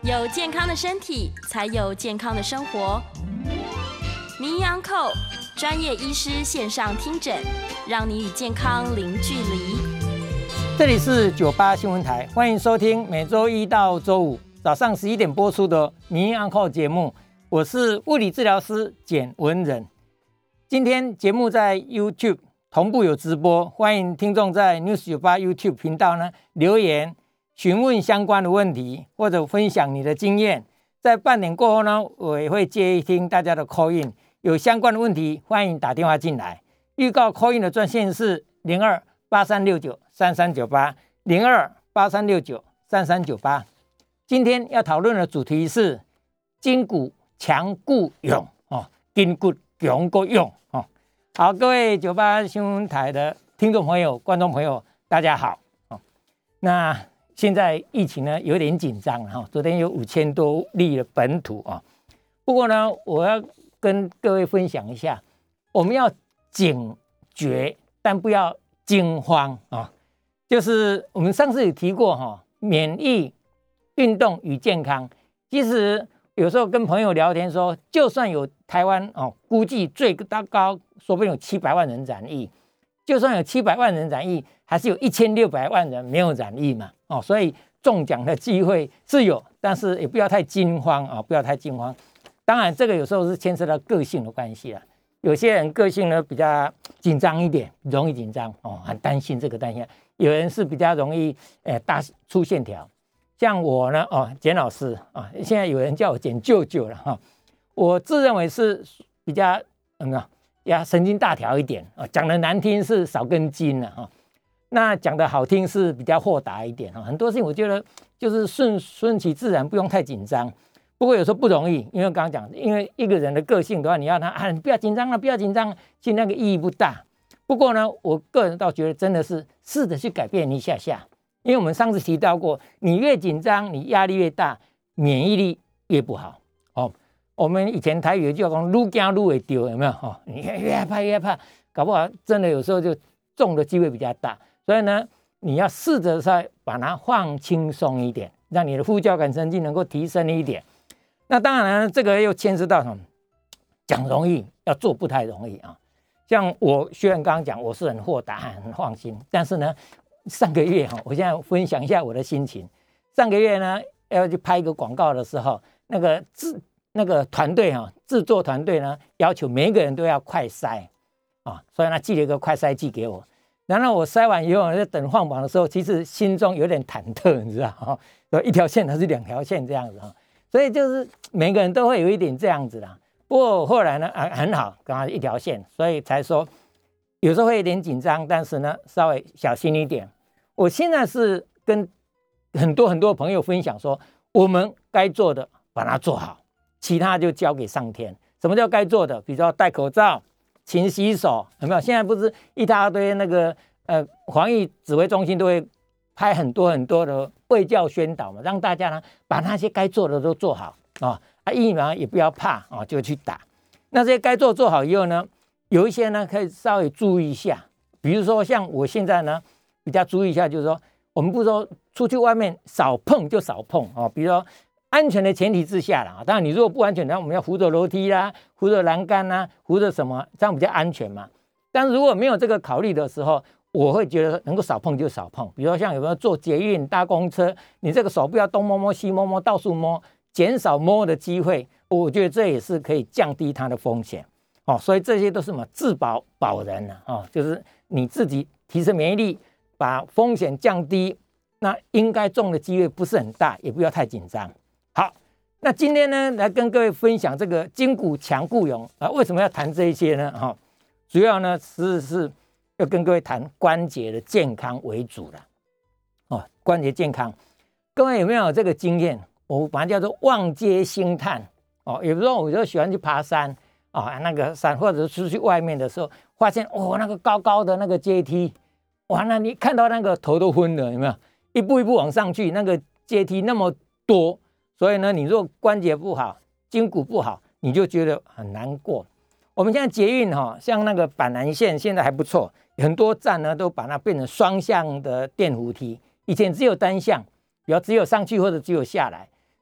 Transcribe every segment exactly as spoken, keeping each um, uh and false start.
有健康的身体，才有健康的生活。名医安扣专业医师线上听诊，让你与健康零距离。 这里是九八新闻台，欢迎收听每周一到周五早上十一点播出的名医安扣节目。我是物理治疗师简文仁。今天节目在 YouTube 同步有直播，欢迎听众在 News 九八 YouTube 频道呢留言询问相关的问题，或者分享你的经验。在半点过后呢，我也会接听大家的 call in， 有相关的问题欢迎打电话进来。预告 call in 的专线是零二八三六九三三九八 零二八三六九三三九八。今天要讨论的主题是筋骨强固勇哦，筋骨强固勇哦。好，各位九八新闻台的听众朋友、观众朋友，大家好哦。那现在疫情呢有点紧张哈，昨天有五千多例的本土啊。不过呢，我要跟各位分享一下，我们要警觉，但不要惊慌啊。就是我们上次有提过哈，免疫、运动与健康。其实有时候跟朋友聊天说，就算有台湾哦，估计最高说不定有七百万人染疫，就算有七百万人染疫，还是有一千六百万人没有染疫嘛。哦，所以中奖的机会是有，但是也不要太惊慌啊、哦，不要太惊慌。当然，这个有时候是牵涉到个性的关系啦。有些人个性呢比较紧张一点，容易紧张哦，很担心这个担心。有人是比较容易诶大粗线条，像我呢哦，简老师啊，现在有人叫我简舅舅了哈、哦。我自认为是比较嗯啊，呀神经大条一点啊，讲的难听是少根筋了哈。哦，那讲的好听是比较豁达一点，很多事情我觉得就是顺顺其自然，不用太紧张。不过有时候不容易，因为刚刚讲，因为一个人的个性的话，你要他啊，你不要紧张了，不要紧张，其实那个意义不大。不过呢，我个人倒觉得真的是试着去改变一下下，因为我们上次提到过，你越紧张，你压力越大，免疫力越不好。哦，我们以前台语有句话讲，愈惊愈会丢，有没有？哦，你越害怕越害怕，搞不好真的有时候就中的机会比较大。所以呢，你要试着再把它放轻松一点，让你的副交感神经能够提升一点。那当然呢，这个又牵涉到什么？讲容易，要做不太容易啊。像我虽然刚刚讲我是很豁达、很放心，但是呢，上个月哈，我现在分享一下我的心情。上个月呢，要去拍一个广告的时候，那个制那个团队哈，制作团队呢，要求每一个人都要快筛啊，所以呢，寄了一个快筛剂给我。然后我筛完以后，在等放榜的时候，其实心中有点忐忑，你知道哈，一条线还是两条线这样子哈，所以就是每个人都会有一点这样子啦。不过后来呢，啊很好，刚好一条线，所以才说有时候会有点紧张，但是呢，稍微小心一点。我现在是跟很多很多朋友分享说，我们该做的把它做好，其他就交给上天。什么叫该做的？比如说戴口罩、勤洗手，有没有？现在不是一大堆那个呃防疫指挥中心都会拍很多很多的卫教宣导嘛，让大家呢把那些该做的都做好啊。啊，疫苗也不要怕啊，就去打。那这些该做做好以后呢，有一些呢可以稍微注意一下，比如说像我现在呢比较注意一下，就是说我们不是说出去外面少碰就少碰啊，比如说安全的前提之下啦，当然你如果不安全，那我们要扶着楼梯啦，扶着栏杆啦，扶着什么，这样比较安全嘛。但是如果没有这个考虑的时候，我会觉得能够少碰就少碰。比如说像有没有坐捷运、搭公车，你这个手不要东摸摸西摸摸，到处摸，减少摸的机会，我觉得这也是可以降低它的风险。哦，所以这些都是什么自保保人啊，哦，就是你自己提升免疫力，把风险降低，那应该中的机会不是很大，也不要太紧张。好，那今天呢，来跟各位分享这个筋骨强固勇啊，为什么要谈这一些呢？哈、哦，主要呢是是要跟各位谈关节的健康为主的。哦，关节健康，各位有没有这个经验？我把它叫做望街兴叹哦。有时候我就喜欢去爬山啊、哦，那个山或者出去外面的时候，发现哦，那个高高的那个阶梯，哇，那你看到那个头都昏了，有没有？一步一步往上去，那个阶梯那么多，所以呢，你如果关节不好、筋骨不好，你就觉得很难过。我们现在捷运哈、哦，像那个板南线现在还不错，很多站呢都把它变成双向的电扶梯，以前只有单向，比如只有上去或者只有下来。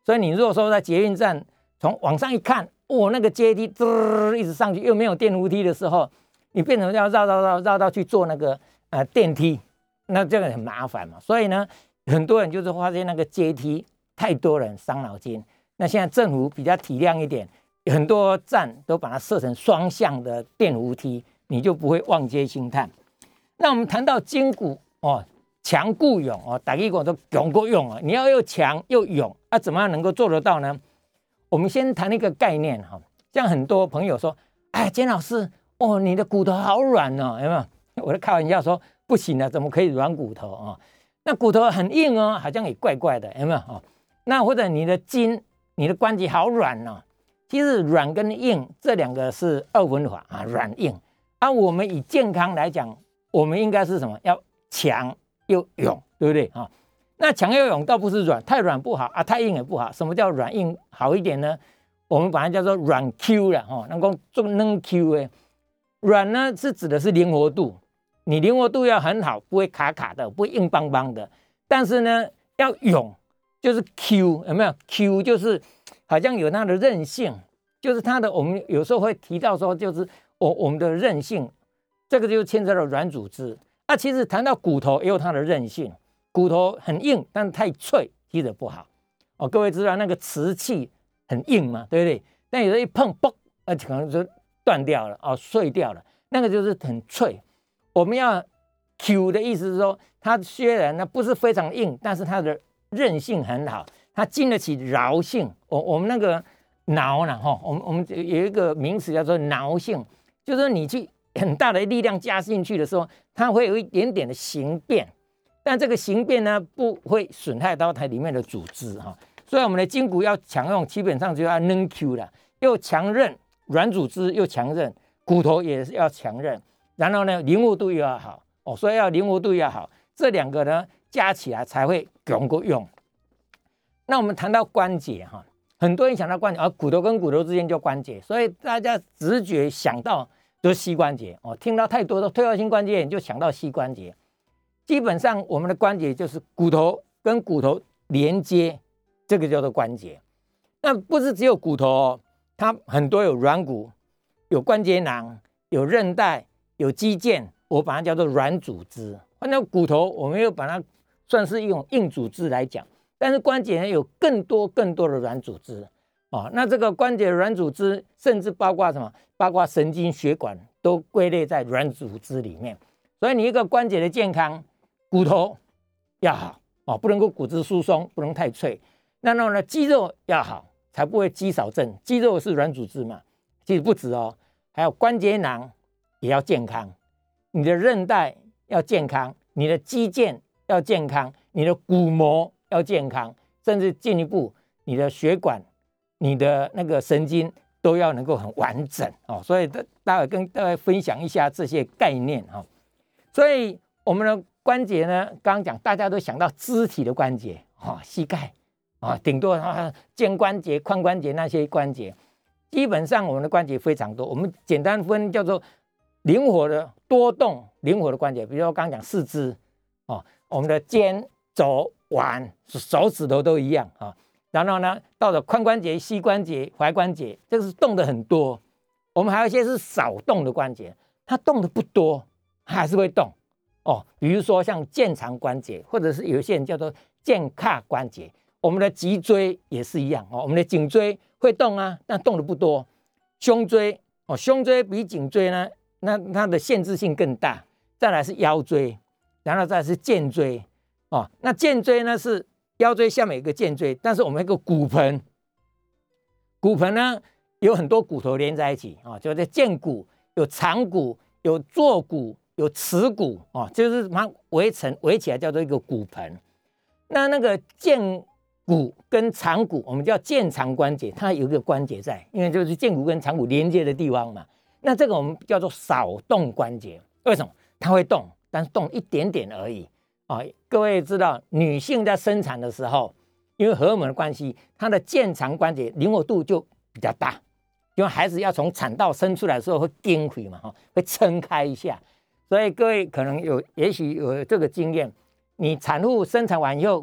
所以你如果说在捷运站从往上一看，哦，那个阶梯滋一直上去，又没有电扶梯的时候，你变成要绕绕绕绕到去坐那个呃电梯，那这个很麻烦嘛。所以呢，很多人就是发现那个阶梯太多人伤脑筋。那现在政府比较体谅一点，很多站都把它设成双向的电扶梯，你就不会望街兴叹。那我们谈到筋骨哦，强固勇哦，大家讲都强过勇啊，你要又强又勇啊，怎么样能够做得到呢？我们先谈一个概念哈，像很多朋友说，哎，简老师，哦，你的骨头好软哦，有没有？我在开玩笑说，不行啊，怎么可以软骨头啊、哦？那骨头很硬哦，好像也怪怪的，有没有？哦，那或者你的筋、你的关节好软哦，其实软跟硬这两个是二分法啊，软硬。啊，我们以健康来讲，我们应该是什么？要强又勇，对不对啊？那强又勇倒不是软，太软不好啊，太硬也不好。什么叫软硬好一点呢？我们把它叫做软 Q 了哈，能够做能 Q 的。软呢是指的是灵活度，你灵活度要很好，不会卡卡的，不会硬邦邦的。但是呢，要勇，就是 Q 有没有 ？Q 就是好像有它的韧性，就是它的我们有时候会提到说，就是我我们的韧性，这个就牵扯到软组织。啊，其实谈到骨头也有它的韧性。骨头很硬，但是太脆，其实不好哦。各位知道那个瓷器很硬嘛，对不对？但有时候一碰，嘣，呃，可能就断掉了哦，碎掉了。那个就是很脆。我们要 Q 的意思是说，它虽然呢不是非常硬，但是它的韧性很好，它经得起挠性。我我们那个挠呢，哈，我们我们有一个名词叫做挠性，就是说你去很大的力量加进去的时候，它会有一点点的形变。但这个形变呢，不会损害到它里面的组织哈，所以我们的筋骨要强用，基本上就要能 Q 了，又强韧，软组织又强韧，骨头也是要强韧，然后呢，灵活度又要好哦，所以要灵活度要好，这两个呢加起来才会能够用。那我们谈到关节哈，很多人想到关节，而、啊、骨头跟骨头之间就关节，所以大家直觉想到就是膝关节哦，听到太多的退化性关节炎就想到膝关节。基本上我们的关节就是骨头跟骨头连接，这个叫做关节。那不是只有骨头哦，它很多有软骨、有关节囊、有韧带、有肌腱，我把它叫做软组织。那骨头我们又把它算是一种硬组织来讲，但是关节呢有更多更多的软组织哦。那这个关节的软组织，甚至包括什么？包括神经血管都归类在软组织里面。所以你一个关节的健康，骨头要好哦，不能够骨质疏松，不能太脆。然后呢，肌肉要好，才不会肌少症。肌肉是软组织嘛，其实不止哦，还有关节囊也要健康，你的韧带要健康，你的肌腱要健康，你的骨膜要健康，甚至进一步，你的血管、你的那个神经都要能够很完整哦。所以待会跟大家分享一下这些概念哈、哦。所以我们的关节呢，刚刚讲大家都想到肢体的关节哦，膝盖啊、哦，顶多啊肩关节、髋关节那些关节，基本上我们的关节非常多。我们简单分叫做灵活的、多动、灵活的关节，比如说刚刚讲四肢哦，我们的肩、肘、腕、手指头都一样啊、哦。然后呢，到了髋关节、膝关节、踝关节，这个是动的很多。我们还有一些是少动的关节，它动的不多，还是会动。哦，比如说像腱长关节，或者是有些人叫做腱髂关节，我们的脊椎也是一样哦。我们的颈椎会动啊，但动的不多。胸椎哦，胸椎比颈椎呢，那它的限制性更大。再来是腰椎，然后再来是肩椎哦。那肩椎呢是腰椎下面有一个肩椎，但是我们有一个骨盆，骨盆呢有很多骨头连在一起啊、哦，就在肩骨有长骨，有坐骨。有耻骨哦，就是它围成围起来叫做一个骨盆。那那个肩骨跟长骨，我们叫肩长关节，它有一个关节在，因为就是肩骨跟长骨连接的地方嘛。那这个我们叫做少动关节，为什么？它会动，但是动一点点而已啊、哦。各位知道，女性在生产的时候，因为荷尔蒙的关系，她的肩长关节灵活度就比较大，因为孩子要从产道生出来的时候会顶回嘛，会撑开一下。所以各位可能有，也许有这个经验，你产妇生产完以后，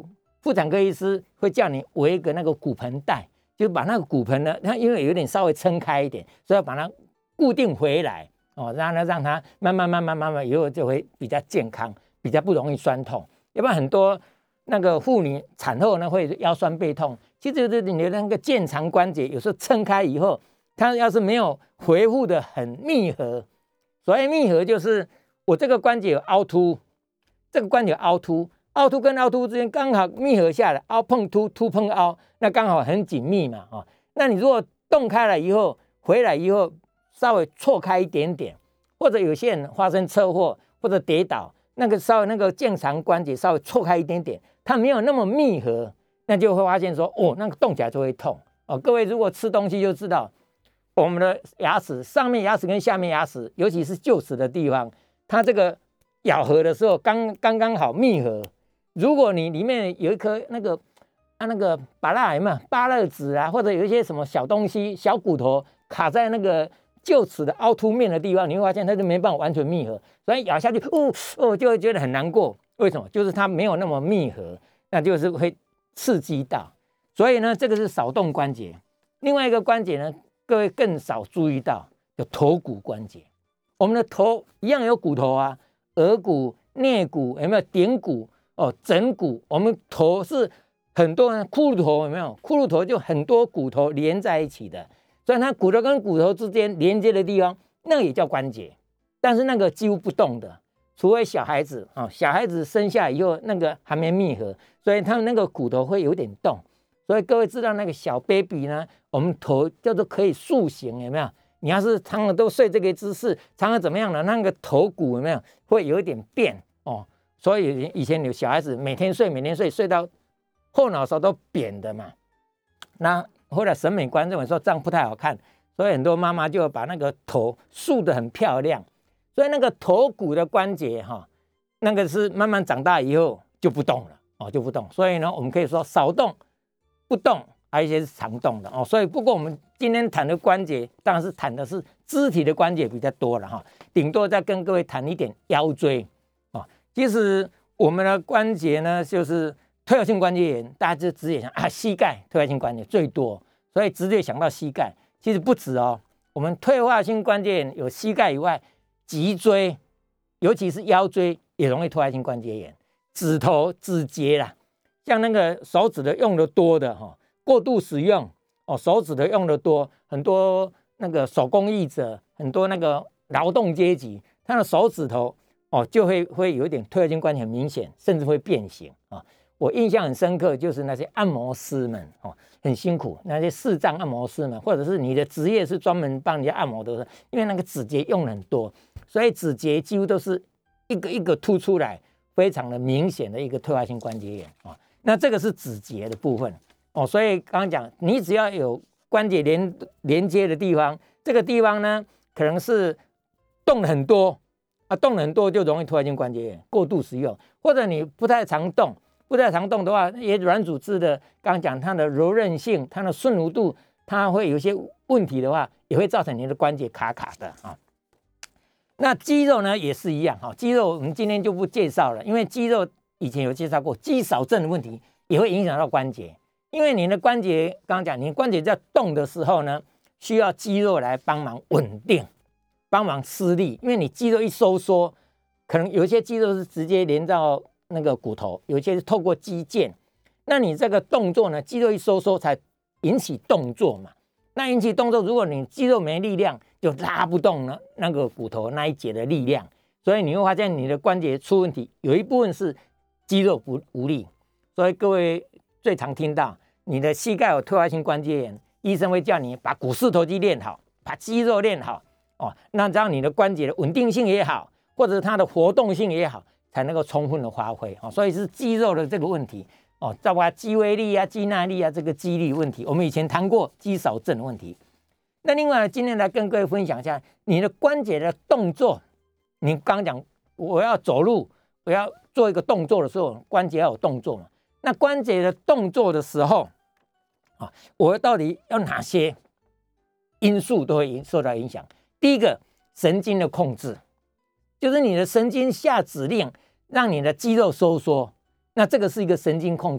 妇产科医师会叫你围一个那个骨盆带，就把那个骨盆呢，它因为有点稍微撑开一点，所以要把它固定回来哦，让它让它慢慢慢慢慢慢以后就会比较健康，比较不容易酸痛。要不然很多那个妇女产后呢会腰酸背痛，其实就是你的那个腱长关节有时候撑开以后，它要是没有恢复的很密合，所谓密合就是我这个关节有凹凸，这个关节有凹凸。凹凸跟凹凸之间刚好密合下来，凹碰凸，凸碰凹，那刚好很紧密嘛，哦，那你如果动开了以后，回来以后稍微错开一点点，或者有些人发生车祸或者跌倒，那个稍微那个腱长关节稍微错开一点点，它没有那么密合，那就会发现说，哦，那个动起来就会痛哦。各位如果吃东西就知道，我们的牙齿上面牙齿跟下面牙齿，尤其是臼齿的地方，它这个咬合的时候刚刚刚好密合。如果你里面有一颗那个啊那个芭乐有没有芭乐籽啊，或者有一些什么小东西小骨头卡在那个臼齿的凹凸面的地方，你会发现它就没办法完全密合，所以咬下去哦哦就会觉得很难过。为什么？就是它没有那么密合，那就是会刺激到。所以呢，这个是少动关节。另外一个关节呢，各位更少注意到，有头骨关节。我们的头一样有骨头啊，额骨、颞骨有没有顶骨？哦，枕骨，我们头是很多人骷髅头有没有？骷髅头就很多骨头连在一起的，所以它骨头跟骨头之间连接的地方，那个也叫关节，但是那个几乎不动的，除非小孩子啊、哦，小孩子生下以后那个还没密合，所以他们那个骨头会有点动。所以各位知道那个小 baby 呢，我们头叫做可以塑形，有没有？你要是常常都睡这个姿势，常常怎么样呢？那个头骨有没有会有一点变哦？所以以前有小孩子每天睡每天睡睡到后脑勺都扁的嘛，那后来审美观认为说这样不太好看，所以很多妈妈就把那个头塑得很漂亮，所以那个头骨的关节哈，那个是慢慢长大以后就不动了哦，就不动。所以呢，我们可以说少动不动，还有一些是常动的哦。所以不过我们今天谈的关节，当然是谈的是肢体的关节比较多了哈，顶多再跟各位谈一点腰椎。其实我们的关节呢，就是退化性关节炎，大家就直接想啊，膝盖退化性关节最多，所以直接想到膝盖。其实不止哦，我们退化性关节炎有膝盖以外，脊椎，尤其是腰椎也容易退化性关节炎。指头、指节啦，像那个手指的用的多的哈，过度使用哦，手指的用的多，很多那个手工艺者，很多那个劳动阶级，他的手指头。哦，就会会有一点退化性关节很明显，甚至会变形啊、哦！我印象很深刻，就是那些按摩师们哦，很辛苦，那些视障按摩师们，或者是你的职业是专门帮人家按摩的，因为那个指节用很多，所以指节几乎都是一个一个凸出来，非常的明显的一个退化性关节炎啊、哦。那这个是指节的部分哦，所以刚刚讲，你只要有关节连连接的地方，这个地方呢，可能是动了很多。啊，动很多就容易退化性关节炎，过度使用，或者你不太常动，不太常动的话，也软组织的，刚刚讲它的柔韧性、它的顺弧度，它会有一些问题的话，也会造成你的关节卡卡的啊。那肌肉呢也是一样哈，肌肉我们今天就不介绍了，因为肌肉以前有介绍过，肌少症的问题也会影响到关节，因为你的关节刚刚讲，你关节在动的时候呢，需要肌肉来帮忙稳定。帮忙施力，因为你肌肉一收缩，可能有一些肌肉是直接连到那个骨头，有一些是透过肌腱。那你这个动作呢，肌肉一收缩才引起动作嘛。那引起动作，如果你肌肉没力量，就拉不动了那个骨头那一节的力量，所以你会发现你的关节出问题，有一部分是肌肉不无力。所以各位最常听到你的膝盖有退化性关节炎，医生会叫你把股四头肌练好，把肌肉练好。哦，那这样你的关节的稳定性也好，或者它的活动性也好，才能够充分的发挥哦。所以是肌肉的这个问题哦，包括肌微力啊、肌耐力啊这个肌力问题，我们以前谈过肌少症的问题。那另外今天来跟各位分享一下你的关节的动作。你刚刚讲我要走路，我要做一个动作的时候，关节要有动作嘛。那关节的动作的时候啊，我到底要哪些因素都会受到影响？第一个，神经的控制，就是你的神经下指令，让你的肌肉收缩，那这个是一个神经控制的。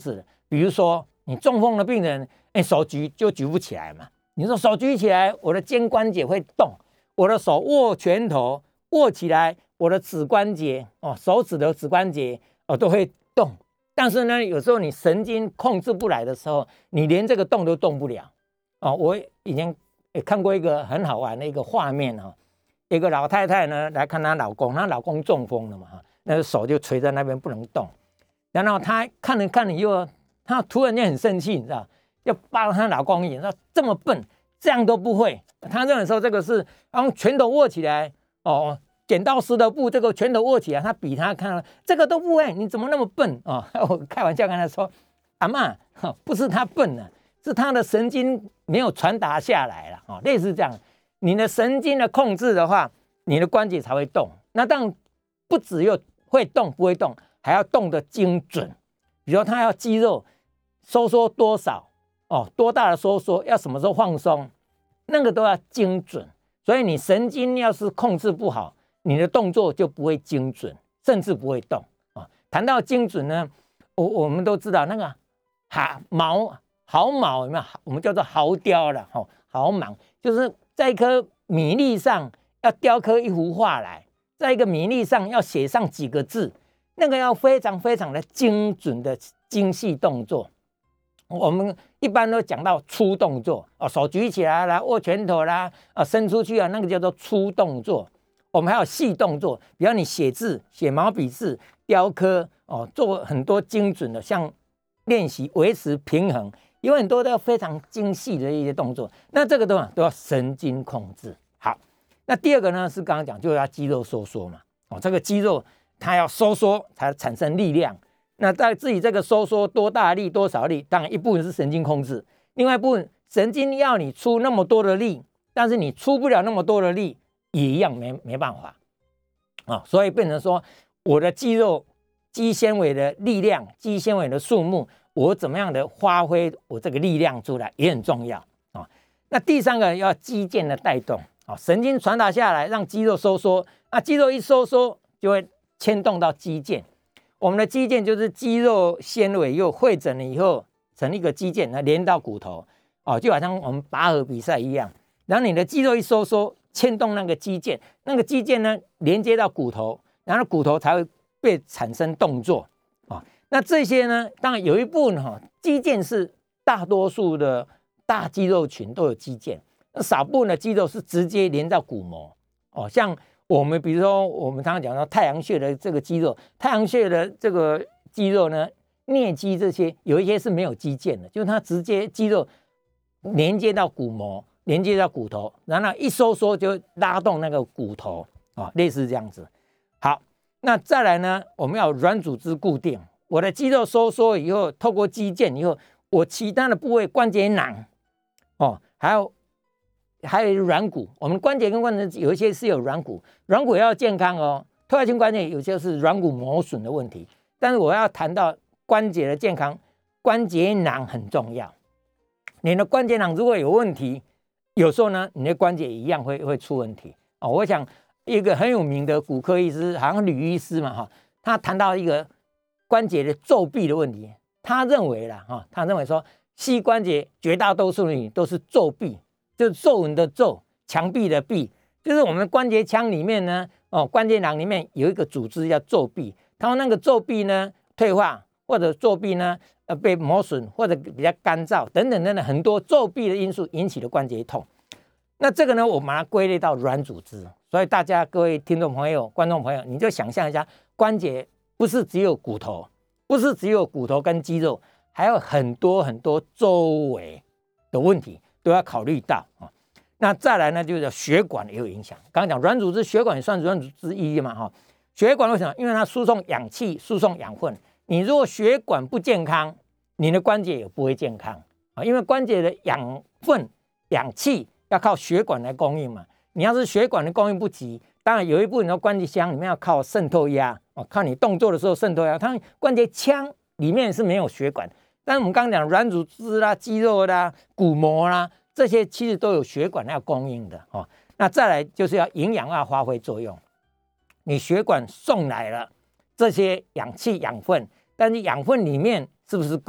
比如说你中风的病人，哎，手举就举不起来嘛。你说手举起来，我的肩关节会动，我的手握拳头握起来，我的指关节哦，手指的指关节哦都会动。但是呢，有时候你神经控制不来的时候，你连这个动都动不了哦。我以前也看过一个很好玩的一个画面哦，一个老太太呢来看她老公，她老公中风了嘛，那个手就垂在那边不能动。然后她看了看了以后，她突然间很生气，你知道，要扒她老公一眼，说这么笨，这样都不会。她认为说这个是用拳头握起来哦，剪刀石头布，这个拳头握起来，她比她看这个都不会，你怎么那么笨哦？我开玩笑跟她说，阿嬷，不是她笨了，是她的神经没有传达下来了哦，类似这样。你的神经的控制的话，你的关节才会动。那当然不只有会动不会动，还要动得精准。比如它要肌肉收缩多少哦，多大的收缩，要什么时候放松，那个都要精准。所以你神经要是控制不好，你的动作就不会精准，甚至不会动啊、哦。谈到精准呢，我我们都知道那个哈毛毫毛有没有？我们叫做毫雕了哈、哦，毫芒就是在一颗米粒上要雕刻一幅画来，在一个米粒上要写上几个字，那个要非常非常的精准的精细动作。我们一般都讲到粗动作哦，手举起来啦，握拳头啦，啊伸出去啊，那个叫做粗动作。我们还有细动作，比方你写字、写毛笔字、雕刻哦，做很多精准的，像练习维持平衡。有很多的非常精细的一些动作，那这个都都要神经控制。好，那第二个呢是刚刚讲，就是要肌肉收缩嘛。哦，这个肌肉它要收缩才产生力量。那在自己这个收缩多大力多少力，当然一部分是神经控制，另外一部分神经要你出那么多的力，但是你出不了那么多的力，也一样没没办法啊、哦。所以变成说，我的肌肉肌纤维的力量、肌纤维的数目。我怎么样的发挥我这个力量出来也很重要啊、哦。那第三个要肌腱的带动啊、哦，神经传达下来，让肌肉收缩。那肌肉一收缩，就会牵动到肌腱。我们的肌腱就是肌肉纤维又汇整了以后成一个肌腱，那连到骨头哦，就好像我们拔河比赛一样。然后你的肌肉一收缩，牵动那个肌腱，那个肌腱呢连接到骨头，然后骨头才会被产生动作啊。哦，那这些呢，当然有一部分哈、哦，肌腱是大多数的大肌肉群都有肌腱，那少部分的肌肉是直接连到骨膜哦。像我们比如说我们常常讲到太阳穴的这个肌肉，太阳穴的这个肌肉呢，颞肌这些有一些是没有肌腱的，就是它直接肌肉连接到骨膜，连接到骨头，然后一收缩就拉动那个骨头啊、哦，类似这样子。好，那再来呢，我们要软组织固定。我的肌肉收缩以后，透过肌腱以后，我其他的部位关节囊哦，还有还有软骨，我们关节跟关节有一些是有软骨，软骨要健康哦。退化性关节有些是软骨磨损的问题，但是我要谈到关节的健康，关节囊很重要。你的关节囊如果有问题，有时候呢，你的关节一样会会出问题哦。我想一个很有名的骨科医师，好像吕医师嘛哈，他谈到一个关节的皱壁的问题，他认为啦哈，他认为说膝关节绝大多数人都是皱壁，就是皱纹的皱，墙壁的壁，就是我们关节腔里面呢，哦，关节囊里面有一个组织叫皱壁，他说那个皱壁呢退化，或者皱壁呢呃被磨损，或者比较干燥等等等等很多皱壁的因素引起的关节痛。那这个呢，我把它归类到软组织，所以大家各位听众朋友、观众朋友，你就想象一下关节。不是只有骨头，不是只有骨头跟肌肉，还有很多很多周围的问题都要考虑到啊。那再来呢，就是血管也有影响。刚刚讲软组织，血管也算软组织之一嘛哈。血管为什么？因为它输送氧气、输送养分。你如果血管不健康，你的关节也不会健康啊。因为关节的养分、氧气要靠血管来供应嘛。你要是血管的供应不及，当然有一部分的关节腔里面要靠渗透压。哦，看你动作的时候渗透压，它关节腔里面是没有血管，但是我们刚刚讲软组织啦、肌肉啦、骨膜啦，这些其实都有血管要供应的哦。那再来就是要营养要发挥作用，你血管送来了这些氧气养分，但是养分里面是不是够？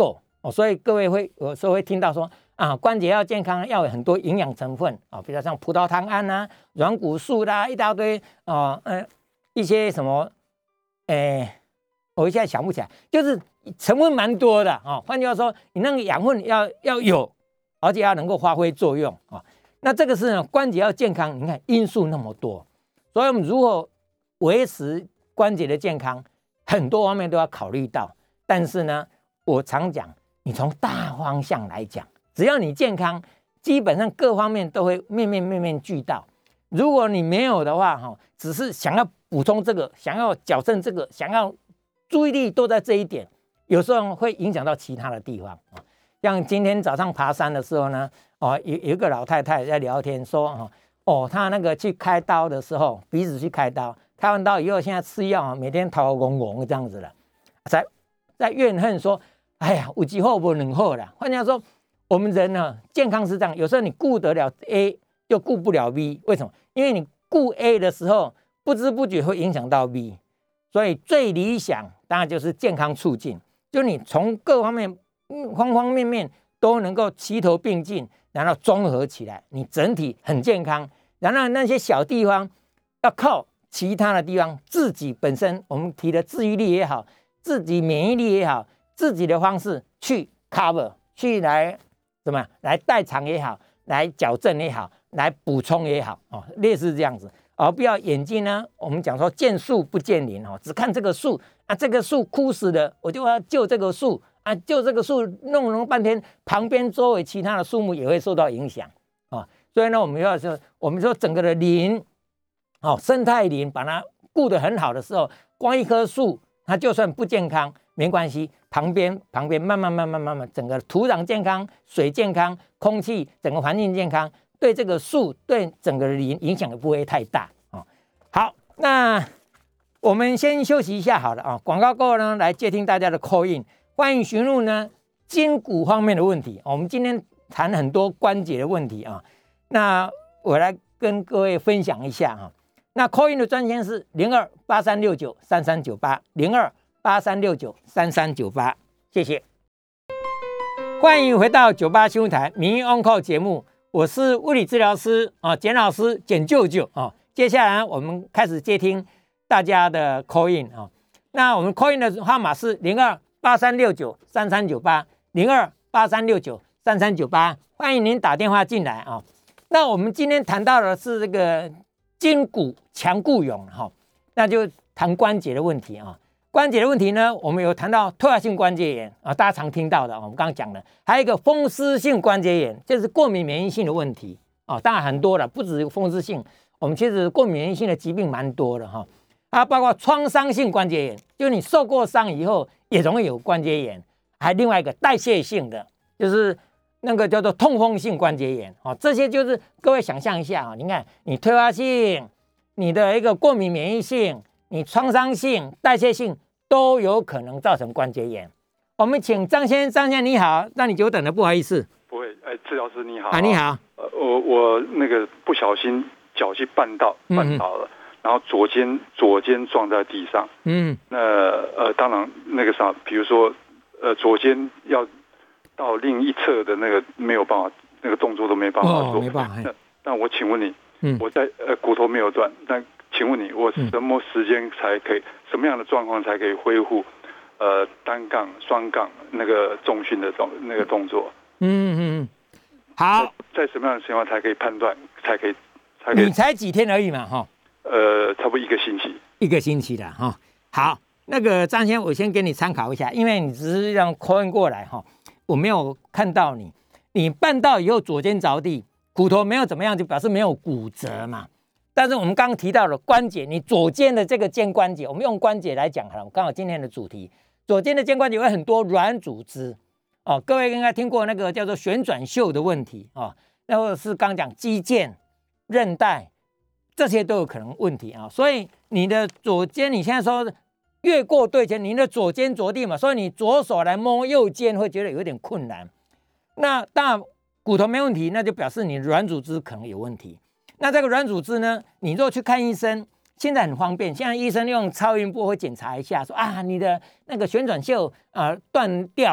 哦，所以各位会有时候会听到说啊，关节要健康要有很多营养成分啊，比如像葡萄糖胺啊、软骨素啦、一大堆啊，呃，一些什么，诶，我现在想不起来，就是成分蛮多的啊。换句话说，你那个养分要要有，而且要能够发挥作用啊。那这个是呢，关节要健康，你看因素那么多，所以我们如何维持关节的健康，很多方面都要考虑到。但是呢，我常讲，你从大方向来讲，只要你健康，基本上各方面都会面面面面俱到。如果你没有的话，哈，只是想要补充这个，想要矫正这个，想要注意力都在这一点，有时候会影响到其他的地方。像今天早上爬山的时候呢，哦，有有一个老太太在聊天说，哦，她那个去开刀的时候，鼻子去开刀，开完刀以后，现在吃药，每天头嗡嗡这样子了，才在怨恨说，哎呀，有一好无两好啦。换句话说，我们人呢，健康是这样，有时候你顾得了 A， 就顾不了 B， 为什么？因为你顾 A 的时候，不知不觉会影响到 B， 所以最理想当然就是健康促进，就你从各方面、方方面面都能够齐头并进，然后综合起来，你整体很健康。然后那些小地方要靠其他的地方，自己本身我们提的自愈力也好，自己免疫力也好，自己的方式去 cover， 去来怎么来代偿也好，来矫正也好，来补充也好，哦，类似这样子，而不要眼睛呢，我们讲说见树不见林哦，只看这个树啊，这个树枯死了，我就要救这个树啊，救这个树弄弄半天，旁边周围其他的树木也会受到影响啊、哦，所以呢，我们要说，我们说整个的林，哦，生态林把它顾得很好的时候，光一棵树。它就算不健康没关系，旁边旁边慢慢慢慢慢慢，整个土壤健康、水健康、空气整个环境健康，对这个树对整个林影响也不会太大啊、哦。好，那我们先休息一下好了啊，广告过后呢，来接听大家的 call in， 欢迎询问呢筋骨方面的问题。我们今天谈很多关节的问题啊，那我来跟各位分享一下啊。那 call in 的专线是零二八三六九三三九八零二八三六九三三九八，谢谢。欢迎回到九八新闻台民意 on call 节目，我是物理治疗师啊简老师简舅舅啊。接下来我们开始接听大家的 call in 啊。那我们 call in 的号码是零二八三六九三三九八零二八三六九三三九八，欢迎您打电话进来啊。那我们今天谈到的是这个。筋骨强固勇哈，那就谈关节的问题啊。关节的问题呢，我们有谈到退化性关节炎啊，大家常听到的，我们刚刚讲了，还有一个风湿性关节炎，就是过敏免疫性的问题啊。当然很多了，不止风湿性，我们其实过敏免疫性的疾病蛮多的哈。啊，包括创伤性关节炎，就你受过伤以后也容易有关节炎，还另外一个代谢性的，就是那个叫做痛风性关节炎啊，这些就是各位想象一下啊，你看你退化性、你的一个过敏免疫性、你创伤性、代谢性都有可能造成关节炎。我们请张先生，张先生你好，让你久等了，不好意思。 不会，哎，治疗师你好。 啊，你好。 呃，我我那个不小心脚去绊到绊倒了，嗯、然后左肩左肩撞在地上。嗯。那呃，当然那个啥，比如说呃，左肩要。到另一侧的那个没有办法，那个动作都没办法做。哦、没办法。那那我请问你，嗯、我在呃骨头没有断，但请问你，我什么时间才可以，嗯、什么样的状况才可以恢复呃单杠、双杠那个重训的动那个动作？嗯嗯嗯。好，在什么样的情况才可以判断，才可以才可以？ 你才几天而已嘛，哈。 呃，差不多一个星期。 一个星期的哈。好，那个张先生，我先给你参考一下，因为你只是让 call in 过来哈。我没有看到你，你绊到以后左肩着地，骨头没有怎么样，就表示没有骨折嘛。但是我们刚刚提到了关节，你左肩的这个肩关节，我们用关节来讲好了。刚好今天的主题，左肩的肩关节有很多软组织哦。各位应该听过那个叫做旋转袖的问题哦，那或者是刚讲肌腱、韧带，这些都有可能问题啊。所以你的左肩，你现在说。越过对肩，你的左肩着地嘛，所以你左手来摸右肩会觉得有点困难。那当然骨头没问题，那就表示你软组织可能有问题。那这个软组织呢，你如果去看医生，现在很方便，现在医生用超音波会检查一下，说啊你的那个旋转袖啊断掉的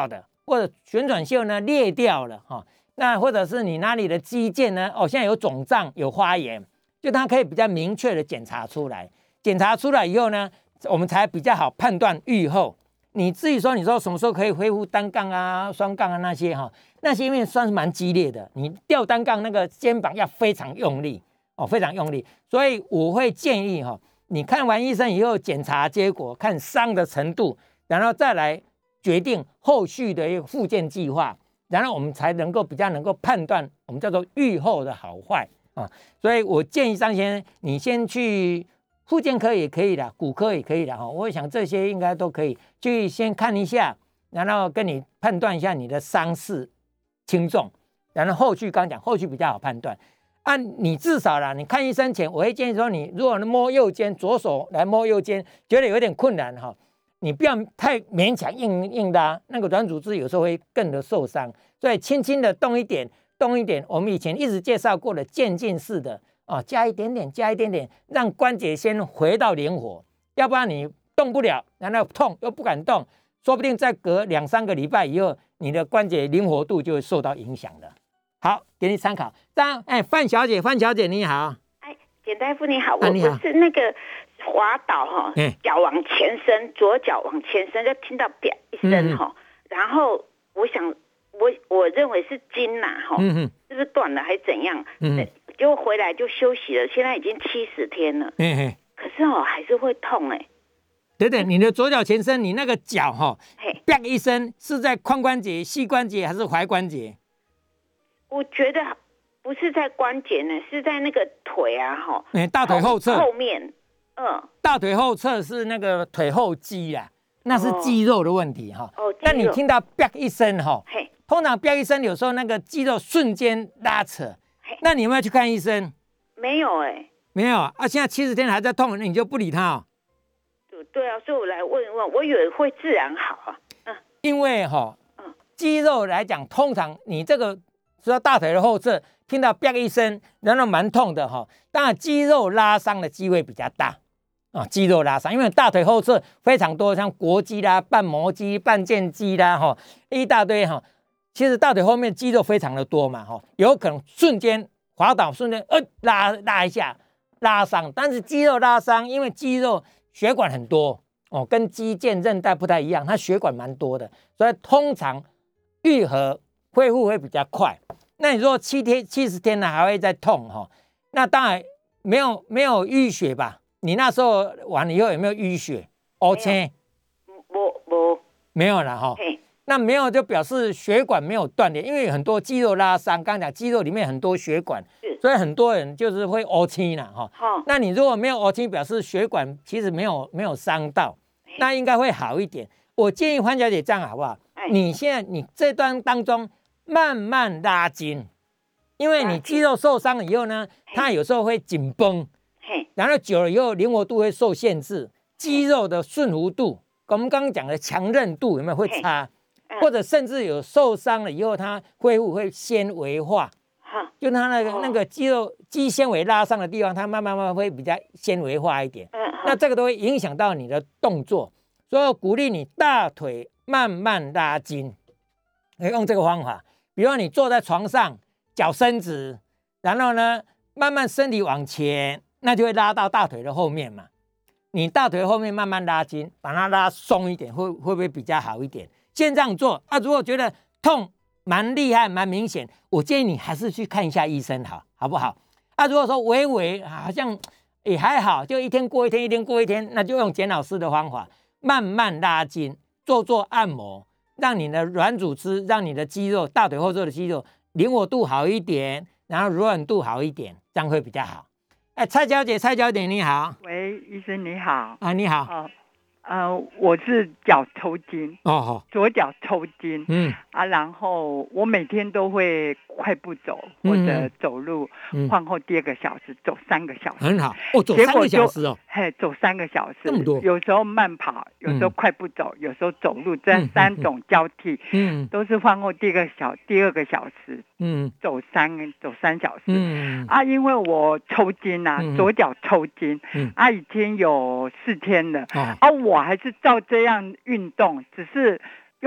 或者旋转袖呢裂掉了哈、哦，那或者是你哪里的肌腱呢？哦，现在有肿胀、有发炎，就它可以比较明确的检查出来。检查出来以后呢，我们才比较好判断预后。你至于说你说什么时候可以恢复单杠啊、双杠啊那些哈、哦，那些因为算是蛮激烈的，你吊单杠那个肩膀要非常用力哦，非常用力。所以我会建议哈、哦，你看完医生以后检查结果，看伤的程度，然后再来决定后续的一个复健计划，然后我们才能够比较能够判断我们叫做预后的好坏啊。所以我建议张先生，你先去复健科也可以的，骨科也可以的哈。我想这些应该都可以去先看一下，然后跟你判断一下你的伤势轻重，然后后续刚讲后续比较好判断。按、啊、你至少啦，你看医生前，我会建议说，你如果摸右肩，左手来摸右肩，觉得有点困难哈，你不要太勉强硬硬的、啊，那个软组织有时候会更的受伤，所以轻轻的动一点，动一点。我们以前一直介绍过的渐进式的啊，加一点点，加一点点，让关节先回到灵活，要不然你动不了，然后痛又不敢动，说不定再隔两三个礼拜以后，你的关节灵活度就会受到影响了。好，给你参考。当哎，范小姐，范小姐你好。 哎，简大夫你好， 啊、 我你好不是那个滑倒哈，脚往前伸，左脚往前伸，就听到啪一声哈、嗯，然后我想我我认为是筋呐哈，嗯是不是断了还是怎样？嗯，结果回来就休息了，现在已经七十天了，嗯可是哦还是会痛哎、欸。 对对，你的左脚前伸，你那个脚哈，啪一声是在髋关节、膝关节还是踝关节？ 我觉得不是在关节呢，是在那个腿啊，哈、欸， 大腿后侧后面，嗯， 大腿后侧是那个腿后肌啦，那是肌肉的问题哈。哦，那你听到啪一声哈，通常啪一声有时候那个肌肉瞬间拉扯，那你有没有去看医生？ 没有哎、欸， 没有啊，现在七十天还在痛，那你就不理他哦。 对啊，所以我来问一问，我以为会自然好啊，嗯， 因为哈，嗯，肌肉来讲，通常你这个。说大腿的后侧听到啪一声，然后蛮痛的哈。当然肌肉拉伤的机会比较大啊，肌肉拉伤，因为大腿后侧非常多，像腘肌啦、瓣膜肌、半腱肌啦，哈，一大堆哈。其实大腿后面肌肉非常的多嘛，哈，有可能瞬间滑倒，瞬间呃拉拉一下拉伤。但是肌肉拉伤，因为肌肉血管很多哦，跟肌腱韧带不太一样，它血管蛮多的，所以通常愈合恢复会比较快。那你说七天、七十天呢，还会再痛哈？那当然没有没有淤血吧？你那时候完了以后有没有淤血？哦，切， 没没没有了哈。那没有就表示血管没有断裂，因为很多肌肉拉伤，刚讲肌肉里面很多血管，所以很多人就是会凹青了哈。那你如果没有凹青，表示血管其实没有没有伤到，那应该会好一点。我建议潘小姐这样好不好？你现在你这段当中。慢慢拉筋，因为你肌肉受伤了以后呢，它有时候会紧绷，然后久了以后灵活度会受限制，肌肉的顺弧度，我们刚刚讲的强韧度有没有会差，或者甚至有受伤了以后，它恢复会纤维化，就它那个那个肌肉肌纤维拉伤的地方，它慢慢慢慢会比较纤维化一点，那这个都会影响到你的动作，所以我鼓励你大腿慢慢拉筋，用这个方法。比如你坐在床上，脚伸直，然后呢，慢慢身体往前，那就会拉到大腿的后面嘛。你大腿后面慢慢拉筋，把它拉松一点，会会不会比较好一点？先这样做啊。如果觉得痛蛮厉害、蛮明显，我建议你还是去看一下医生，好，好不好？啊，如果说微微好像也还好，就一天过一天，一天过一天，那就用简老师的方法，慢慢拉筋，做做按摩。让你的软组织，让你的肌肉，大腿后侧的肌肉灵活度好一点，然后柔软度好一点，这样会比较好。哎，蔡小姐，蔡小姐你好。 喂，医生你好。 啊，你好。 哦，呃，我是脚抽筋。哦，左脚抽筋。嗯。啊，然后我每天都会快步走或者走路，嗯、饭后第二个小时走三个小时。 很好。哦，走三个小时哦。 嘿，走三个小时。 这么多。 有时候慢跑，有时候快步走，嗯、有时候走路，这三种交替。嗯。都是饭后第二个小第二个小时。嗯。走三走三小时。嗯。啊，因为我抽筋啊，嗯、左脚抽筋。嗯。啊，已经有四天了。哦、啊，我还是照这样运动，只是用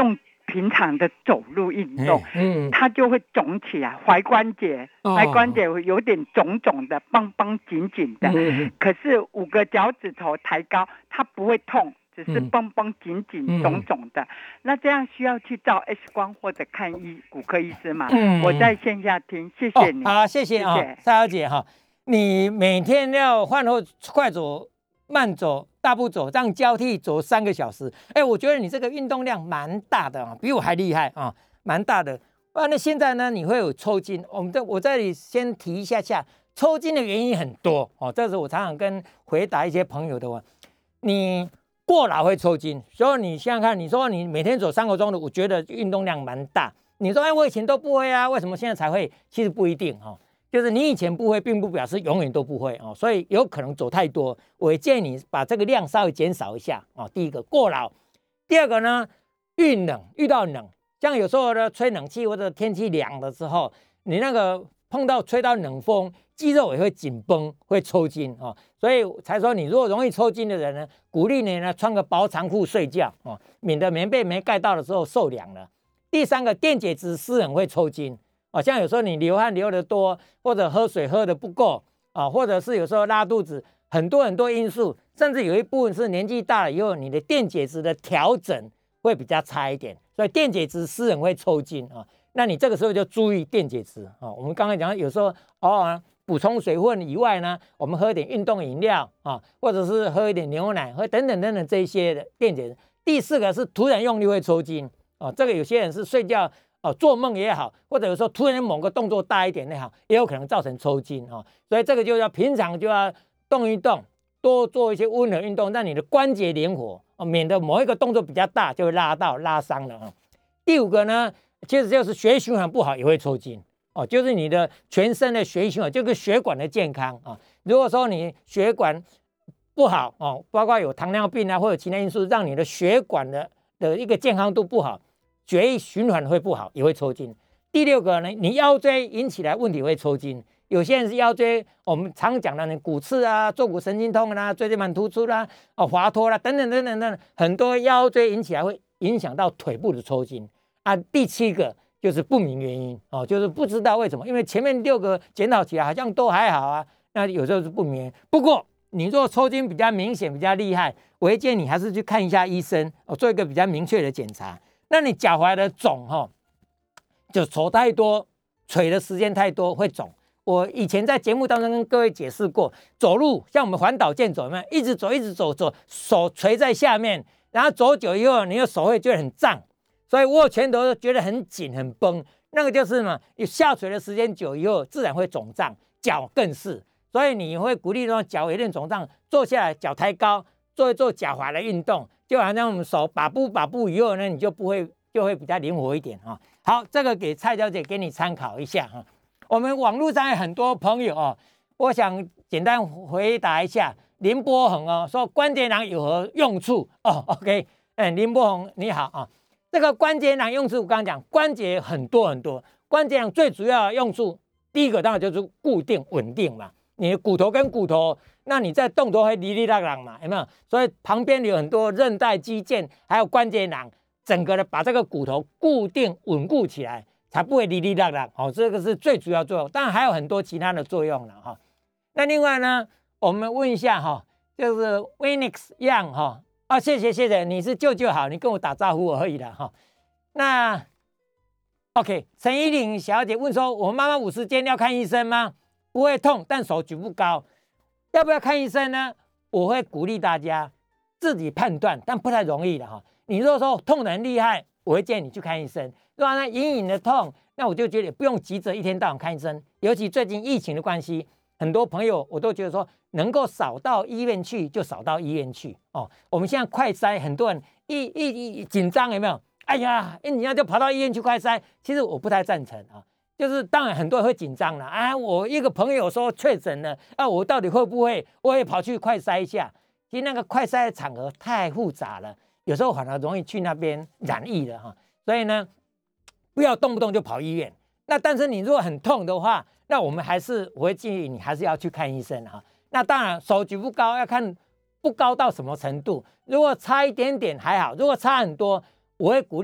平常的走路运动，嗯，它就会肿起来，踝关节，踝关节有点肿肿的，绷绷紧紧的。嗯、可是五个脚趾头抬高，它不会痛，只是绷绷紧紧、肿肿的。嗯、那这样需要去照 X 光或者看医骨科医师吗？嗯、我在线下听，谢谢你。 哦、好，谢谢啊，蔡小姐哈，你每天要饭后快走、慢走。大步走，这样交替走三个小时。哎，我觉得你这个运动量蛮大的啊，比我还厉害啊，蛮大的。啊，那现在呢，你会有抽筋。我们这我这里先提一下下，抽筋的原因很多哦。这是我常常跟回答一些朋友的话，你过劳会抽筋，所以你想想看，你说你每天走三个钟头，我觉得运动量蛮大。你说哎，我以前都不会啊，为什么现在才会？其实不一定哈。就是你以前不会，并不表示永远都不会哦，所以有可能走太多。我也建议你把这个量稍微减少一下哦。第一个过劳，第二个呢，遇冷遇到冷，像有时候呢吹冷气或者天气凉的时候，你那个碰到吹到冷风，肌肉也会紧绷，会抽筋哦。所以才说你如果容易抽筋的人呢，鼓励你呢穿个薄长裤睡觉哦，免得棉被没盖到的时候受凉了。第三个，电解质失衡会抽筋。哦，像有时候你流汗流得多，或者喝水喝得不够啊，或者是有时候拉肚子，很多很多因素，甚至有一部分是年纪大了以后，你的电解质的调整会比较差一点，所以电解质失衡会抽筋啊。那你这个时候就注意电解质啊。我们刚才讲，有时候偶尔补充水分以外呢，我们喝点运动饮料啊，或者是喝一点牛奶，喝等等等等这一些的电解质。第四个是突然用力会抽筋啊，这个有些人是睡觉。哦，做梦也好，或者有时候突然某个动作大一点也好，也有可能造成抽筋哦。所以这个就要平常就要动一动，多做一些温和运动，让你的关节灵活哦，免得某一个动作比较大就会拉到拉伤了啊。第五个呢，其实就是血液循环不好也会抽筋哦，就是你的全身的血液循环，就是血管的健康啊。如果说你血管不好哦，包括有糖尿病啊，或者其他因素，让你的血管的的一个健康度不好。血液循环会不好，也会抽筋。第六个呢，你腰椎引起来问题会抽筋。有些人是腰椎，我们常讲的骨刺啊、坐骨神经痛啦、椎间盘突出啦、哦滑脱啦等等等等等，很多腰椎引起来会影响到腿部的抽筋啊。第七个就是不明原因哦，就是不知道为什么，因为前面六个检讨起来好像都还好啊，那有时候是不明原因。不过你如果抽筋比较明显、比较厉害，我会建议你还是去看一下医生哦，做一个比较明确的检查。那你脚踝的肿哈，就走太多，捶的时间太多会肿。我以前在节目当中跟各位解释过，走路像我们环岛健走，有没有？一直走，一直走，走手垂在下面，然后走久以后，你的手会觉得很胀，所以握拳头觉得很紧很绷，那个就是嘛，你下垂的时间久以后，自然会肿胀，脚更是。所以你会鼓励说脚有点肿胀，坐下来脚抬高，做一做脚踝的运动。就好像我们手把步把步以后呢，你就不会就会比较灵活一点哈。好，这个给蔡小姐给你参考一下哈。我们网络上有很多朋友哦，我想简单回答一下。林波宏哦说关节囊有何用处哦 ？OK， 嗯，林波宏你好啊。这个关节囊用处我刚刚讲，关节很多很多，关节囊最主要的用处，第一个当然就是固定稳定嘛。你的骨头跟骨头，那你在动都会哩哩啦啦嘛，有没有？所以旁边有很多韧带、肌腱，还有关节囊，整个的把这个骨头固定稳固起来，才不会哩哩啦啦。哦，这个是最主要作用，当然还有很多其他的作用了哈。那另外呢，我们问一下哈，就是 Winix Young 哈，啊，谢谢谢谢，你是舅舅好，你跟我打招呼而已了哈。那 OK， 陈依玲小姐问说，我妈妈五十肩要看医生吗？不会痛，但手举不高，要不要看医生呢？我会鼓励大家自己判断，但不太容易的哈。你如果说痛得很厉害，我会建议你去看医生。如果那隐隐的痛，那我就觉得不用急着一天到晚看医生。尤其最近疫情的关系，很多朋友我都觉得说，能够少到医院去就少到医院去哦。我们现在快筛，很多人一一一紧张有没有？哎呀，一紧张就跑到医院去快筛，其实我不太赞成啊。就是当然很多人会紧张了啊！我一个朋友说确诊了啊，我到底会不会？我也跑去快筛一下。其实那个快筛的场合太复杂了，有时候反而容易去那边染疫了哈。所以呢，不要动不动就跑医院。那但是你如果很痛的话，那我们还是我会建议你还是要去看医生哈。那当然手举不高要看不高到什么程度，如果差一点点还好，如果差很多，我会鼓励你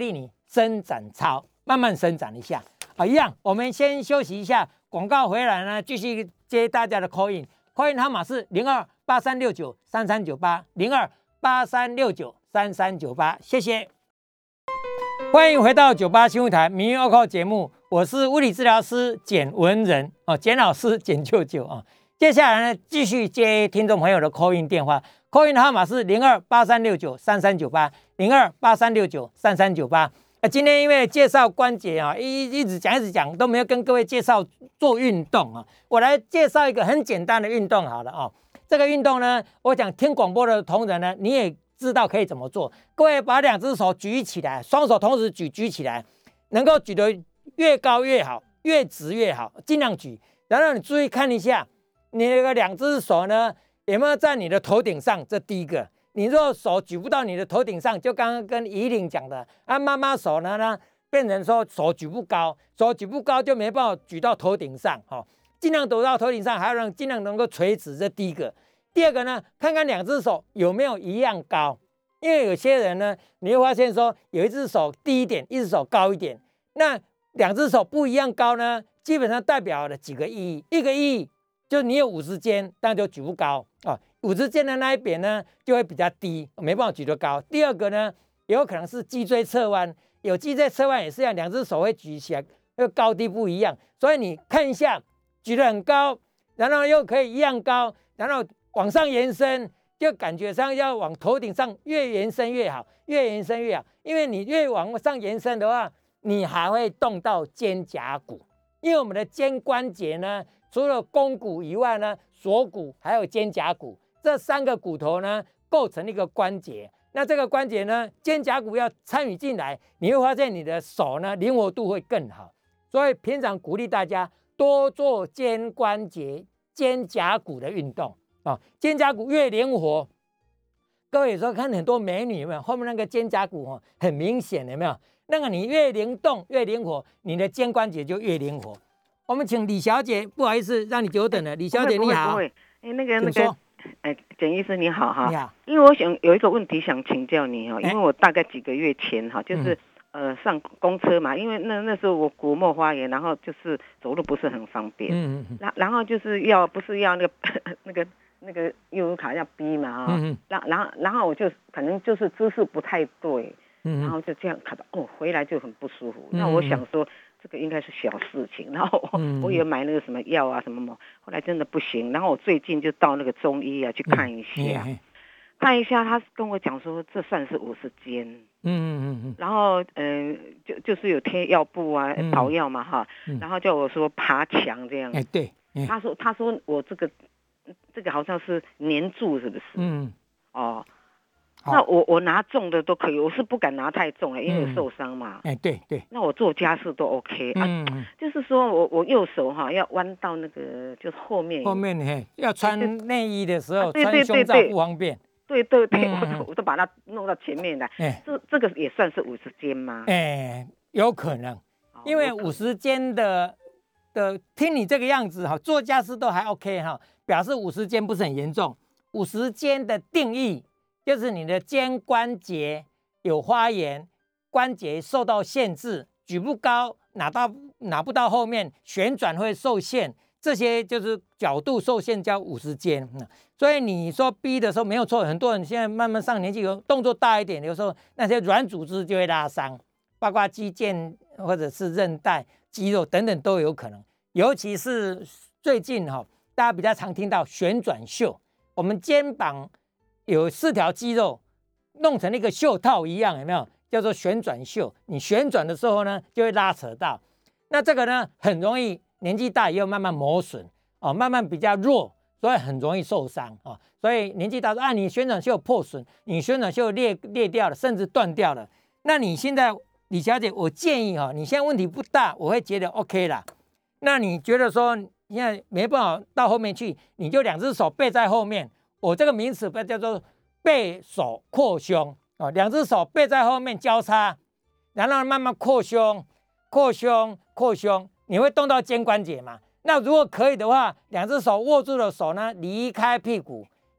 伸展操，慢慢伸展一下啊。一样，我们先休息一下，广告回来呢，继续接大家的 call in，call in 号码是零二八三六九三三九八零二八三六九三三九八，谢谢。欢迎回到九八新闻台民意二call节目，我是物理治疗师简文仁哦，简老师简舅舅啊。接下来呢，继续接听众朋友的 call in 电话 ，call in 的号码是零二八三六九三三九八零二八三六九三三九八。呃，今天因为介绍关节啊，一一直讲一直讲都没有跟各位介绍做运动啊，我来介绍一个很简单的运动好了啊。这个运动呢，我讲听广播的同仁呢，你也知道可以怎么做。各位把两只手举起来，双手同时举举起来，能够举得越高越好，越直越好，尽量举。然后你注意看一下，你那个两只手呢有没有在你的头顶上？这第一个。你如果手举不到你的头顶上，就刚刚跟怡玲讲的，啊，妈妈手呢呢变成说手举不高，手举不高就没办法举到头顶上，哦，尽量躲到头顶上，还要让尽量能够垂直，这第一个。第二个呢，看看两只手有没有一样高，因为有些人呢，你会发现说有一只手低一点，一只手高一点，那两只手不一样高呢，基本上代表了几个意义。一个意义就是你有五十肩，但就举不高啊。五十肩的那一边呢，就会比较低，没办法举得高。第二个呢，也有可能是脊椎侧弯，有脊椎侧弯也是一样，两只手会举起来，又高低不一样。所以你看一下，举得很高，然后又可以一样高，然后往上延伸，就感觉上要往头顶上越延伸越好，越延伸越好。因为你越往上延伸的话，你还会动到肩胛骨，因为我们的肩关节呢，除了肱骨以外呢，锁骨还有肩胛骨。这三个骨头呢，构成一个关节。那这个关节呢，肩胛骨要参与进来，你会发现你的手呢，灵活度会更好。所以平常鼓励大家多做肩关节、肩胛骨的运动啊。肩胛骨越灵活，各位有时候看很多美女有没有？后面那个肩胛骨哦，很明显有没有？那个你越灵动、越灵活，你的肩关节就越灵活。我们请李小姐，不好意思让你久等了，李小姐你好。 不会，哎，那个那个。哎，简医生你好哈， 你好， 因为我想有一个问题想请教你哈，因为我大概几个月前哈，就是、嗯、呃上公车嘛，因为那那时候我骨膜发炎，然后就是走路不是很方便，嗯嗯，然然后就是要不是要那个那个那个悠游卡要逼嘛哈，嗯然然后然后我就可能就是姿势不太对，嗯，然后就这样卡到哦，回来就很不舒服，嗯、那我想说。这个应该是小事情，然后我、嗯、我也买那个什么药啊什么嘛，后来真的不行，然后我最近就到那个中医啊去看一下，嗯、看一下他跟我讲说这算是五十肩，嗯嗯嗯，然后嗯、呃、就就是有贴药布啊，保药嘛哈，嗯、然后叫我说爬墙这样，哎、欸、对，欸、他说他说我这个这个好像是黏住是不是？嗯，哦。那我我拿重的都可以，我是不敢拿太重了，因为受伤嘛。哎、嗯欸，对对。那我做家事都 OK 啊，嗯、就是说我我右手哈要弯到那个就是后面。后面嘿，要穿内衣的时候、啊、对对对对穿胸罩不方便。对对对，嗯、我都我都把它弄到前面来。哎、欸，这这个也算是五十肩吗？哎、欸，有可能，因为五十肩的的听你这个样子哈，做家事都还 OK 哈，表示五十肩不是很严重。五十肩的定义。就是你的肩关节有发炎，关节受到限制，举不高，拿到拿不到后面，旋转会受限，这些就是角度受限叫五十肩。所以你说逼的时候没有错，很多人现在慢慢上年纪，有动作大一点，有时候那些软组织就会拉伤，包括肌腱或者是韧带、肌肉等等都有可能。尤其是最近哈、哦，大家比较常听到旋转袖，我们肩膀。有四条肌肉弄成一个袖套一样，有没有？叫做旋转袖。你旋转的时候呢，就会拉扯到。那这个呢，很容易年纪大以后慢慢磨损哦，慢慢比较弱，所以很容易受伤哦。所以年纪大说啊，你旋转袖破损，你旋转袖裂裂掉了，甚至断掉了。那你现在李小姐，我建议哈、哦，你现在问题不大，我会觉得 OK 啦。那你觉得说现在没办法到后面去，你就两只手背在后面。我这个名词叫做背手扩胸哦，两只手背在后面交叉，然后慢慢扩胸、扩胸、扩胸，你会动到肩关节嘛？那如果可以的话，两只手握住的手呢，离开屁股，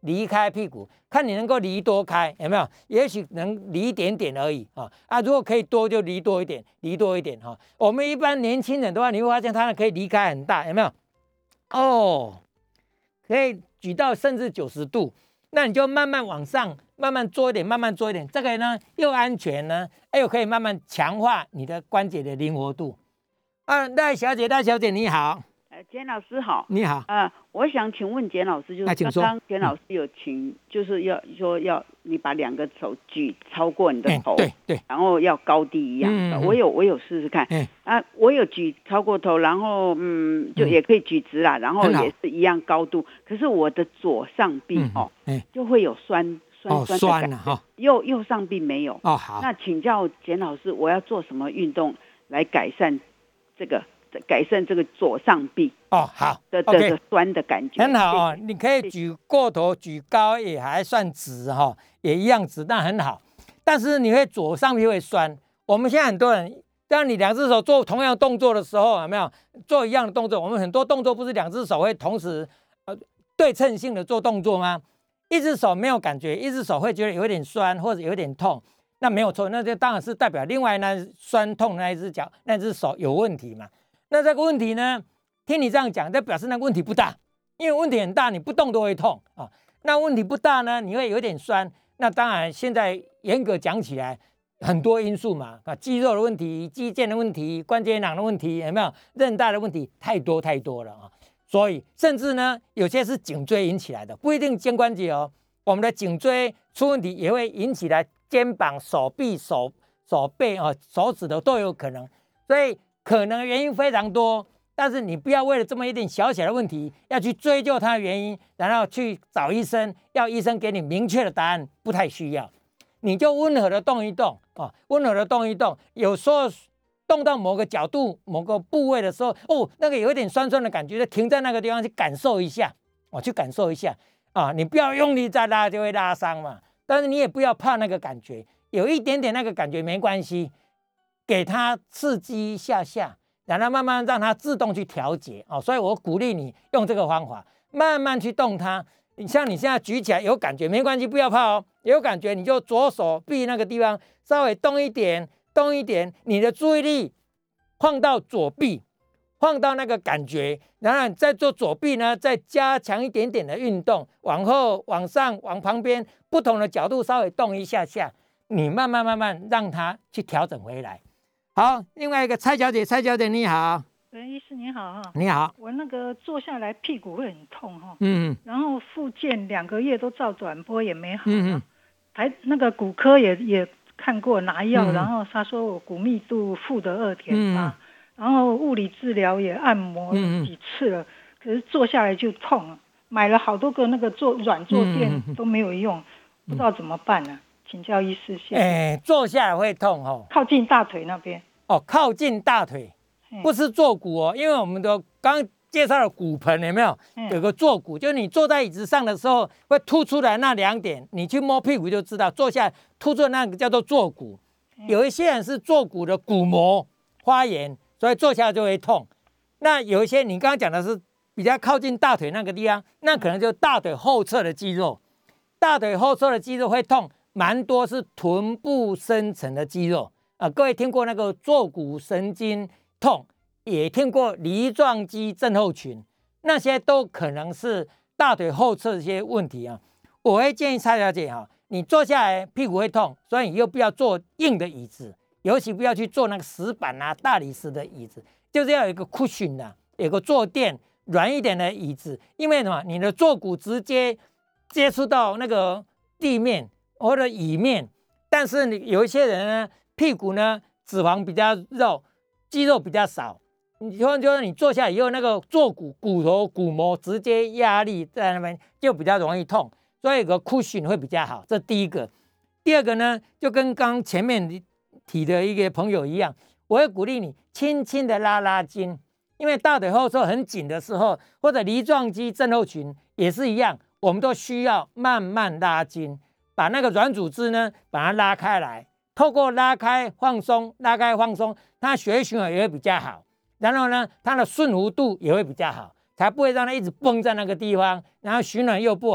离开屁股，看你能够离多开，有没有？也许能离一点点而已啊啊！如果可以多就离多一点，离多一点哈、啊。我们一般年轻人的话，你会发现他可以离开很大，有没有？哦，可以举到甚至九十度，那你就慢慢往上，慢慢做一点，慢慢做一点，这个呢又安全呢，又可以慢慢强化你的关节的灵活度。啊，赖小姐，赖小姐你好。 呃，简老师好。 你好。 呃，我想请问简老师，就是刚刚简老师有请，嗯、就是要说要你把两个手举超过你的头， 欸、对对， 然后要高低一样的。嗯、我有我有试试看，嗯、啊，我有举超过头，然后嗯，就也可以举直啦，然后也是一样高度。可是我的左上臂、嗯、哦，欸、就会有酸酸酸的感觉，哦酸啊、右右上臂没有。 哦好。 那请教简老师，我要做什么运动来改善这个？改善这个左上臂哦，好的的的酸的感觉， 很好哦。你可以举过头，举高也还算直哈、哦，也一样直，那很好。但是你会左上臂会酸。我们现在很多人，当你两只手做同样动作的时候，有没有做一样的动作？我们很多动作不是两只手会同时呃对称性的做动作吗？一只手没有感觉，一只手会觉得有点酸或者有点痛，那没有错，那就当然是代表另外那酸痛那一只脚那只手有问题嘛。那这个问题呢，听你这样讲，这表示那个问题不大，因为问题很大，你不动都会痛啊。那问题不大呢，你会有点酸。那当然，现在严格讲起来，很多因素嘛，啊，肌肉的问题、肌腱的问题、关节囊的问题，有没有韧带的问题，太多太多了啊。所以，甚至呢，有些是颈椎引起来的，不一定肩关节哦。我们的颈椎出问题，也会引起来肩膀、手臂、手手背啊、手指头都有可能。所以。可能原因非常多，但是你不要为了这么一点小小的问题，要去追究它的原因，然后去找医生，要医生给你明确的答案，不太需要。你就温和的动一动啊，温和的动一动。有时候动到某个角度、某个部位的时候，哦，那个有一点酸酸的感觉，就停在那个地方去感受一下，哦，去感受一下啊。你不要用力再拉，就会拉伤嘛。但是你也不要怕那个感觉，有一点点那个感觉没关系。给它刺激一下下，然后慢慢让它自动去调节哦。所以我鼓励你用这个方法，慢慢去动它。你像你现在举起来有感觉没关系，不要怕哦。有感觉你就左手臂那个地方稍微动一点，动一点，你的注意力放到左臂，放到那个感觉，然后你再做左臂呢，再加强一点点的运动，往后、往上、往旁边不同的角度稍微动一下下，你慢慢慢慢让它去调整回来。好，另外一个蔡小姐，蔡小姐你好。 喂，医师你好哈。 你好。 我那个坐下来屁股会很痛哈。嗯。然后复健两个月都照转播也没好。嗯嗯。台那个骨科也也看过拿药，嗯、然后他说我骨密度负的二点八，然后物理治疗也按摩了几次了，嗯、可是坐下来就痛，买了好多个那个坐软坐垫都没有用，嗯、不知道怎么办呢、啊？请教医师先。 哎，坐下来会痛哦， 靠近大腿那边。 哦，靠近大腿，不是坐骨哦，因为我们的刚刚介绍的骨盆有没有有个坐骨，就是你坐在椅子上的时候会凸出来那两点，你去摸屁股就知道，坐下来凸出的那个叫做坐骨。有一些人是坐骨的骨膜发炎，所以坐下来就会痛。那有一些你刚刚讲的是比较靠近大腿那个地方，那可能就是大腿后侧的肌肉，大腿后侧的肌肉会痛。蛮多是臀部深层的肌肉啊、呃，各位听过那个坐骨神经痛，也听过梨状肌症候群，那些都可能是大腿后侧一些问题啊。我会建议蔡小姐哈，你坐下来屁股会痛，所以你又不要坐硬的椅子，尤其不要去坐那个石板啊、大理石的椅子，就是要有一个 cushion 啊，有个坐垫软一点的椅子，因为什么？你的坐骨直接接触到那个地面。或者椅面，但是你有一些人呢，屁股呢脂肪比较肉，肌肉比较少，你就就是你坐下以后，那个坐骨骨头骨膜直接压力在那边，就比较容易痛，所以有个 cushion 会比较好。这第一个。第二个呢，就跟刚前面提的一个朋友一样，我会鼓励你轻轻的拉拉筋，因为大腿后侧很紧的时候，或者梨状肌症候群也是一样，我们都需要慢慢拉筋。把那个软组织呢，把它拉开来，透过拉开放松，拉开放松，它血液循环也会比较好，然后呢，它的顺弧度也会比较好，才不会让它一直绷在那个地方，然后循环又不好，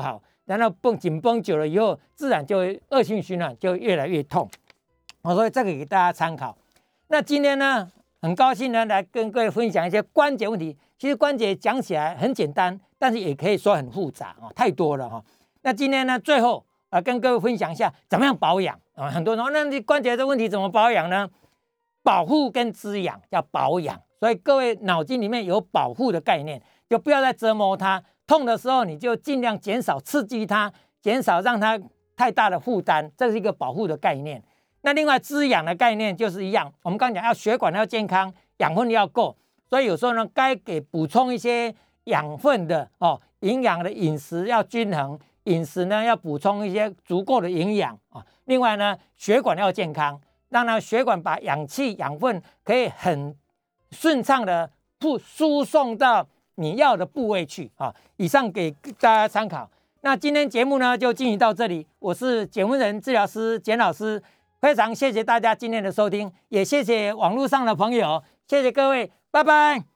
然后绷紧绷久了以后，自然就会恶性循环，就越来越痛。我所以这个给大家参考。那今天呢，很高兴呢来跟各位分享一些关节问题。其实关节讲起来很简单，但是也可以说很复杂哦，太多了哈、哦。那今天呢，最后啊、呃，跟各位分享一下怎么样保养啊、哦。很多人说，那你关节的问题怎么保养呢？保护跟滋养叫保养，所以各位脑筋里面有保护的概念，就不要再折磨它。痛的时候，你就尽量减少刺激它，减少让它太大的负担，这是一个保护的概念。那另外滋养的概念就是一样，我们刚刚讲要血管要健康，养分要够，所以有时候呢，该给补充一些养分的哦，营养的饮食要均衡，饮食呢要补充一些足够的营养啊。另外呢，血管要健康。让它血管把氧气、养分可以很顺畅的输送到你要的部位去啊。以上给大家参考。那今天节目呢就进行到这里，我是简文仁治疗师简老师，非常谢谢大家今天的收听，也谢谢网络上的朋友，谢谢各位，拜拜。